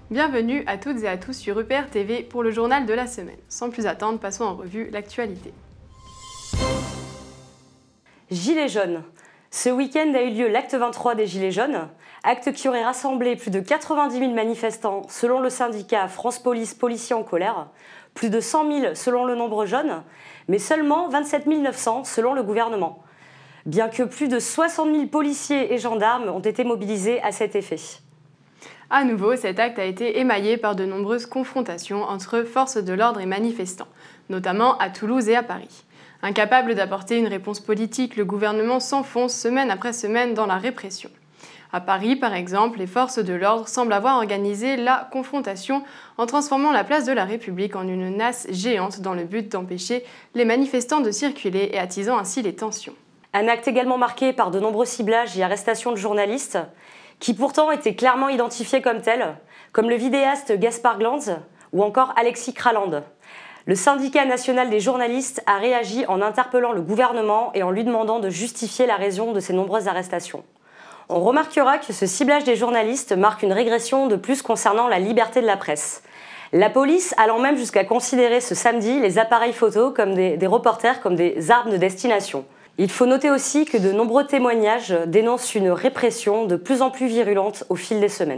Bienvenue à toutes et à tous sur UPR TV pour le journal de la semaine. Sans plus attendre, passons en revue l'actualité. Gilets jaunes. Ce week-end a eu lieu l'acte 23 des Gilets jaunes, acte qui aurait rassemblé plus de 90 000 manifestants selon le syndicat France Police Policiers en colère, plus de 100 000 selon le nombre jaune, mais seulement 27 900 selon le gouvernement. Bien que plus de 60 000 policiers et gendarmes ont été mobilisés à cet effet. À nouveau, cet acte a été émaillé par de nombreuses confrontations entre forces de l'ordre et manifestants, notamment à Toulouse et à Paris. Incapable d'apporter une réponse politique, le gouvernement s'enfonce semaine après semaine dans la répression. À Paris, par exemple, les forces de l'ordre semblent avoir organisé la confrontation en transformant la place de la République en une nasse géante dans le but d'empêcher les manifestants de circuler et attisant ainsi les tensions. Un acte également marqué par de nombreux ciblages et arrestations de journalistes, qui pourtant étaient clairement identifiés comme tels, comme le vidéaste Gaspard Glanz ou encore Alexis Kraland. Le syndicat national des journalistes a réagi en interpellant le gouvernement et en lui demandant de justifier la raison de ces nombreuses arrestations. On remarquera que ce ciblage des journalistes marque une régression de plus concernant la liberté de la presse. La police allant même jusqu'à considérer ce samedi les appareils photos comme des reporters comme des armes de destination. Il faut noter aussi que de nombreux témoignages dénoncent une répression de plus en plus virulente au fil des semaines.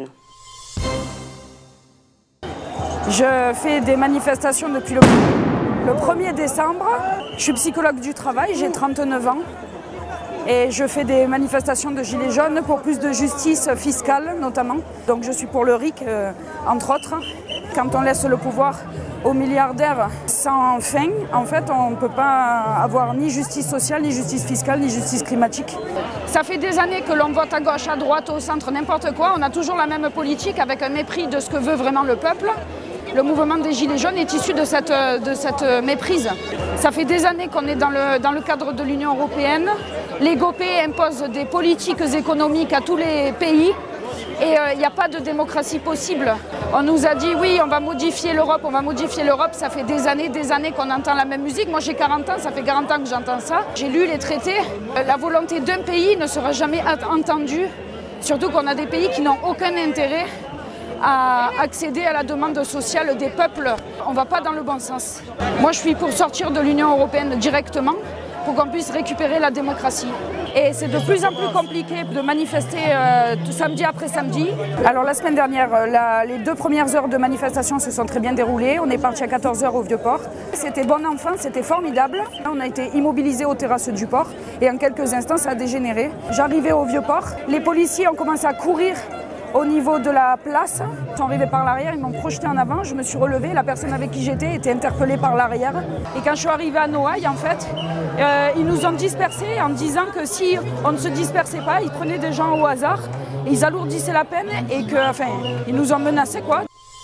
Je fais des manifestations depuis le 1er décembre. Je suis psychologue du travail, j'ai 39 ans. Et je fais des manifestations de gilets jaunes pour plus de justice fiscale notamment. Donc je suis pour le RIC entre autres. Quand on laisse le pouvoir aux milliardaires sans fin, en fait on ne peut pas avoir ni justice sociale, ni justice fiscale, ni justice climatique. Ça fait des années que l'on vote à gauche, à droite, au centre, n'importe quoi. On a toujours la même politique avec un mépris de ce que veut vraiment le peuple. Le mouvement des Gilets jaunes est issu de cette méprise. Ça fait des années qu'on est dans le cadre de l'Union européenne. Les GOP imposent des politiques économiques à tous les pays et il n'y a pas de démocratie possible. On nous a dit oui, on va modifier l'Europe, on va modifier l'Europe. Ça fait des années qu'on entend la même musique. Moi j'ai 40 ans, ça fait 40 ans que j'entends ça. J'ai lu les traités. La volonté d'un pays ne sera jamais entendue. Surtout qu'on a des pays qui n'ont aucun intérêt à accéder à la demande sociale des peuples. On ne va pas dans le bon sens. Moi je suis pour sortir de l'Union européenne directement pour qu'on puisse récupérer la démocratie. Et c'est de plus en plus compliqué de manifester samedi après samedi. Alors la semaine dernière, les 2 premières heures de manifestation se sont très bien déroulées. On est parti à 14 h au Vieux-Port. C'était bon enfant, c'était formidable. On a été immobilisés aux terrasses du port et en quelques instants ça a dégénéré. J'arrivais au Vieux-Port, les policiers ont commencé à courir au niveau de la place. Ils sont arrivés par l'arrière, ils m'ont projeté en avant, je me suis relevée, la personne avec qui j'étais était interpellée par l'arrière. Et quand je suis arrivée à Noailles, en fait, ils nous ont dispersés en disant que si on ne se dispersait pas, ils prenaient des gens au hasard, et ils alourdissaient la peine et ils nous ont menacés quoi.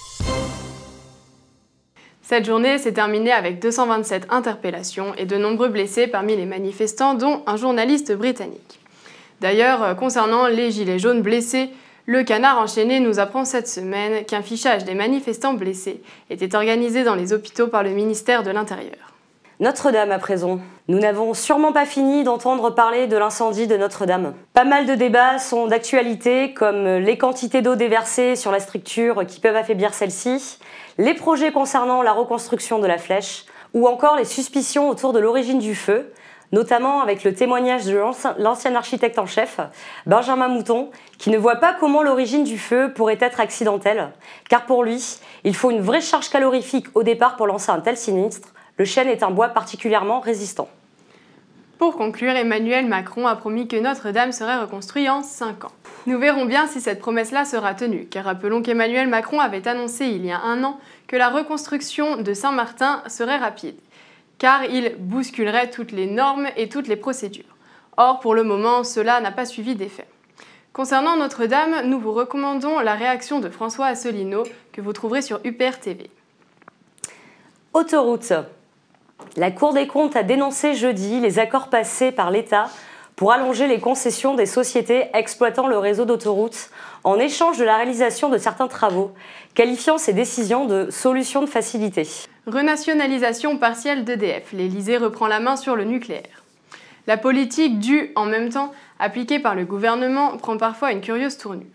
Cette journée s'est terminée avec 227 interpellations et de nombreux blessés parmi les manifestants, dont un journaliste britannique. D'ailleurs, concernant les gilets jaunes blessés, le Canard enchaîné nous apprend cette semaine qu'un fichage des manifestants blessés était organisé dans les hôpitaux par le ministère de l'Intérieur. Notre-Dame à présent. Nous n'avons sûrement pas fini d'entendre parler de l'incendie de Notre-Dame. Pas mal de débats sont d'actualité, comme les quantités d'eau déversées sur la structure qui peuvent affaiblir celle-ci, les projets concernant la reconstruction de la flèche, ou encore les suspicions autour de l'origine du feu, notamment avec le témoignage de l'ancien architecte en chef, Benjamin Mouton, qui ne voit pas comment l'origine du feu pourrait être accidentelle, car pour lui, il faut une vraie charge calorifique au départ pour lancer un tel sinistre. Le chêne est un bois particulièrement résistant. Pour conclure, Emmanuel Macron a promis que Notre-Dame serait reconstruite en 5 ans. Nous verrons bien si cette promesse-là sera tenue, car rappelons qu'Emmanuel Macron avait annoncé il y a 1 an que la reconstruction de Saint-Martin serait rapide, car il bousculerait toutes les normes et toutes les procédures. Or, pour le moment, cela n'a pas suivi d'effet. Concernant Notre-Dame, nous vous recommandons la réaction de François Asselineau, que vous trouverez sur UPR TV. Autoroute. La Cour des comptes a dénoncé jeudi les accords passés par l'État pour allonger les concessions des sociétés exploitant le réseau d'autoroutes en échange de la réalisation de certains travaux, qualifiant ces décisions de solutions de facilité. Renationalisation partielle d'EDF. L'Élysée reprend la main sur le nucléaire. La politique du « en même temps » appliquée par le gouvernement prend parfois une curieuse tournure.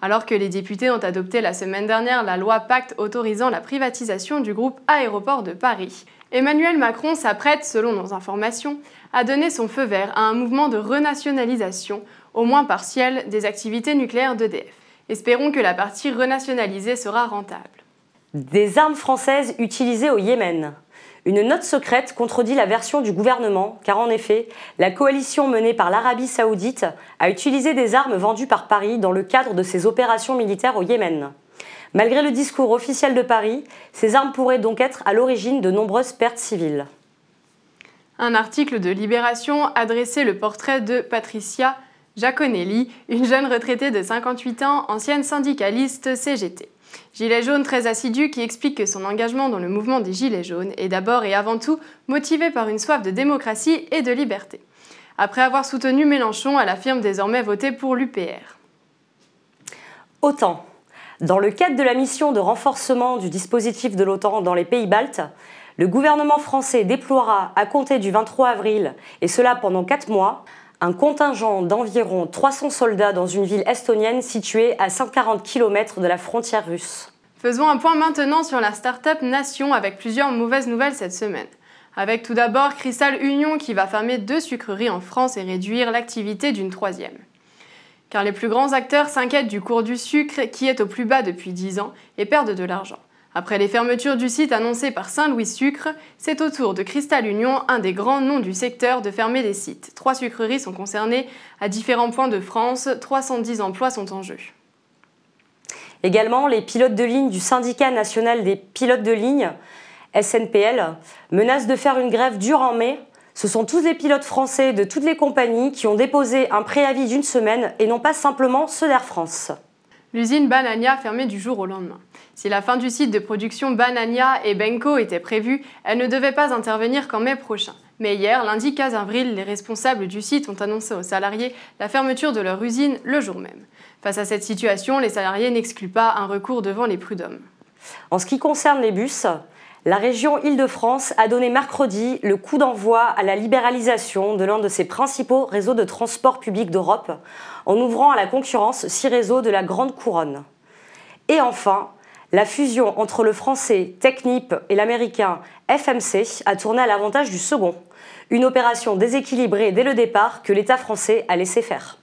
Alors que les députés ont adopté la semaine dernière la loi Pacte autorisant la privatisation du groupe Aéroports de Paris, Emmanuel Macron s'apprête, selon nos informations, à donner son feu vert à un mouvement de renationalisation, au moins partielle, des activités nucléaires d'EDF. Espérons que la partie renationalisée sera rentable. Des armes françaises utilisées au Yémen. Une note secrète contredit la version du gouvernement, car en effet, la coalition menée par l'Arabie Saoudite a utilisé des armes vendues par Paris dans le cadre de ses opérations militaires au Yémen. Malgré le discours officiel de Paris, ces armes pourraient donc être à l'origine de nombreuses pertes civiles. Un article de Libération a dressé le portrait de Patricia Giaconelli, une jeune retraitée de 58 ans, ancienne syndicaliste CGT. Gilet jaune très assidue qui explique que son engagement dans le mouvement des Gilets jaunes est d'abord et avant tout motivé par une soif de démocratie et de liberté. Après avoir soutenu Mélenchon, elle affirme désormais voter pour l'UPR. OTAN. Dans le cadre de la mission de renforcement du dispositif de l'OTAN dans les pays baltes, le gouvernement français déploiera à compter du 23 avril, et cela pendant 4 mois, un contingent d'environ 300 soldats dans une ville estonienne située à 140 km de la frontière russe. Faisons un point maintenant sur la start-up Nation avec plusieurs mauvaises nouvelles cette semaine. Avec tout d'abord Cristal Union qui va fermer 2 sucreries en France et réduire l'activité d'une 3e. Car les plus grands acteurs s'inquiètent du cours du sucre qui est au plus bas depuis 10 ans et perdent de l'argent. Après les fermetures du site annoncées par Saint-Louis Sucre, c'est au tour de Cristal Union, un des grands noms du secteur, de fermer des sites. 3 sucreries sont concernées à différents points de France, 310 emplois sont en jeu. Également, les pilotes de ligne du syndicat national des pilotes de ligne, SNPL, menacent de faire une grève dure en mai. Ce sont tous les pilotes français de toutes les compagnies qui ont déposé un préavis d'1 semaine et non pas simplement ceux d'Air France. L'usine Banania fermée du jour au lendemain. Si la fin du site de production Banania et Benko était prévue, elle ne devait pas intervenir qu'en mai prochain. Mais hier, lundi 15 avril, les responsables du site ont annoncé aux salariés la fermeture de leur usine le jour même. Face à cette situation, les salariés n'excluent pas un recours devant les prud'hommes. En ce qui concerne les bus, la région Île-de-France a donné mercredi le coup d'envoi à la libéralisation de l'un de ses principaux réseaux de transport public d'Europe, en ouvrant à la concurrence 6 réseaux de la Grande Couronne. Et enfin, la fusion entre le français Technip et l'américain FMC a tourné à l'avantage du second. Une opération déséquilibrée dès le départ que l'État français a laissé faire.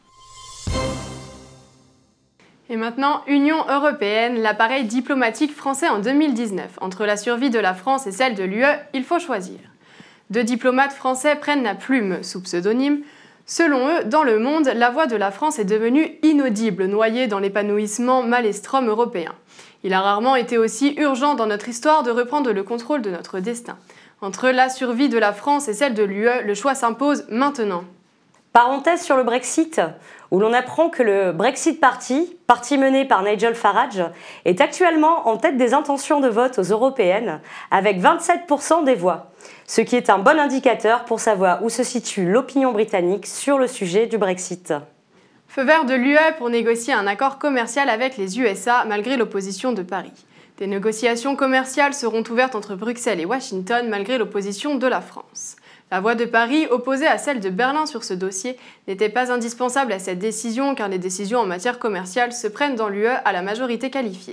Et maintenant, Union européenne, l'appareil diplomatique français en 2019. Entre la survie de la France et celle de l'UE, il faut choisir. 2 diplomates français prennent la plume sous pseudonyme. Selon eux, dans le monde, la voix de la France est devenue inaudible, noyée dans l'épanouissement maelstrom européen. Il a rarement été aussi urgent dans notre histoire de reprendre le contrôle de notre destin. Entre la survie de la France et celle de l'UE, le choix s'impose maintenant. Parenthèse sur le Brexit, où l'on apprend que le Brexit Party, parti mené par Nigel Farage, est actuellement en tête des intentions de vote aux européennes, avec 27% des voix, ce qui est un bon indicateur pour savoir où se situe l'opinion britannique sur le sujet du Brexit. Feu vert de l'UE pour négocier un accord commercial avec les USA malgré l'opposition de Paris. Des négociations commerciales seront ouvertes entre Bruxelles et Washington malgré l'opposition de la France. La voix de Paris, opposée à celle de Berlin sur ce dossier, n'était pas indispensable à cette décision car les décisions en matière commerciale se prennent dans l'UE à la majorité qualifiée.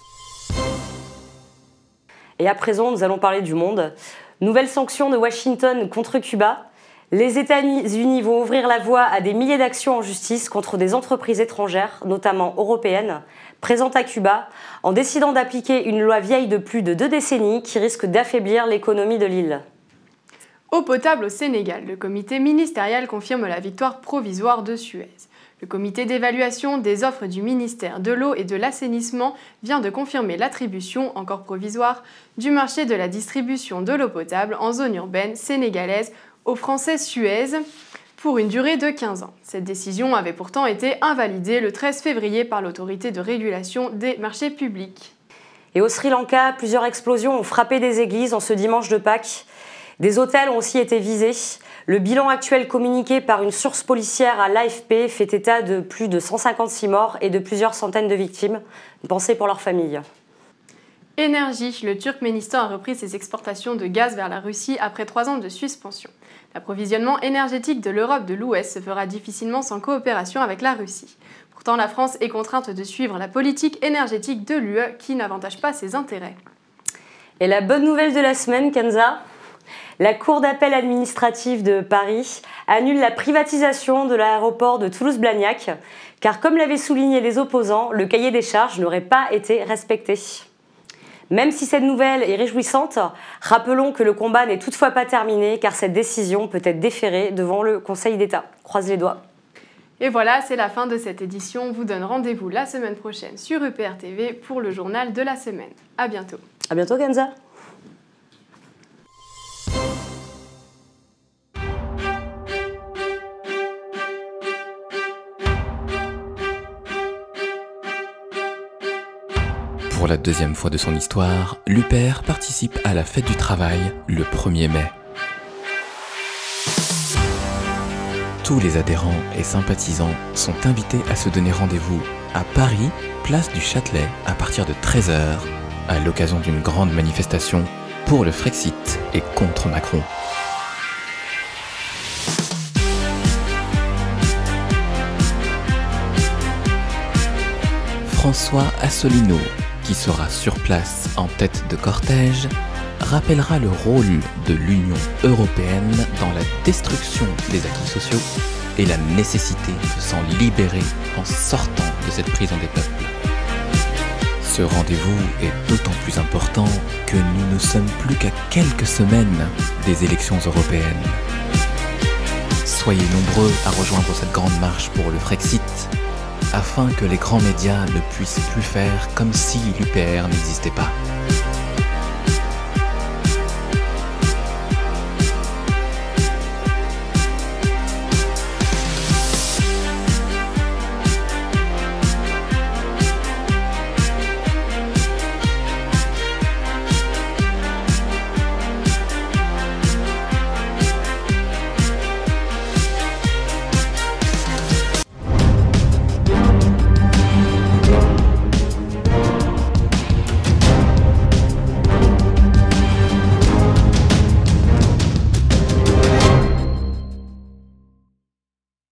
Et à présent, nous allons parler du monde. Nouvelle sanction de Washington contre Cuba. Les États-Unis vont ouvrir la voie à des milliers d'actions en justice contre des entreprises étrangères, notamment européennes, présentes à Cuba, en décidant d'appliquer une loi vieille de plus de 2 décennies qui risque d'affaiblir l'économie de l'île. Eau potable au Sénégal, le comité ministériel confirme la victoire provisoire de Suez. Le comité d'évaluation des offres du ministère de l'eau et de l'assainissement vient de confirmer l'attribution, encore provisoire, du marché de la distribution de l'eau potable en zone urbaine sénégalaise au français Suez pour une durée de 15 ans. Cette décision avait pourtant été invalidée le 13 février par l'autorité de régulation des marchés publics. Et au Sri Lanka, plusieurs explosions ont frappé des églises en ce dimanche de Pâques. Des hôtels ont aussi été visés. Le bilan actuel communiqué par une source policière à l'AFP fait état de plus de 156 morts et de plusieurs centaines de victimes. Une pensée pour leurs familles. Énergie, le Turkménistan a repris ses exportations de gaz vers la Russie après 3 ans de suspension. L'approvisionnement énergétique de l'Europe de l'Ouest se fera difficilement sans coopération avec la Russie. Pourtant, la France est contrainte de suivre la politique énergétique de l'UE qui n'avantage pas ses intérêts. Et la bonne nouvelle de la semaine, Kenza, la Cour d'appel administrative de Paris annule la privatisation de l'aéroport de Toulouse-Blagnac, car comme l'avaient souligné les opposants, le cahier des charges n'aurait pas été respecté. Même si cette nouvelle est réjouissante, rappelons que le combat n'est toutefois pas terminé, car cette décision peut être déférée devant le Conseil d'État. Croise les doigts. Et voilà, c'est la fin de cette édition. On vous donne rendez-vous la semaine prochaine sur UPR TV pour le journal de la semaine. À bientôt. À bientôt, Kenza. Pour la deuxième fois de son histoire, l'UPR participe à la fête du travail le 1er mai. Tous les adhérents et sympathisants sont invités à se donner rendez-vous à Paris, place du Châtelet, à partir de 13h, à l'occasion d'une grande manifestation pour le Frexit et contre Macron. François Asselineau, qui sera sur place en tête de cortège, rappellera le rôle de l'Union européenne dans la destruction des acquis sociaux et la nécessité de s'en libérer en sortant de cette prison des peuples. Ce rendez-vous est d'autant plus important que nous ne sommes plus qu'à quelques semaines des élections européennes. Soyez nombreux à rejoindre cette grande marche pour le Frexit, afin que les grands médias ne puissent plus faire comme si l'UPR n'existait pas.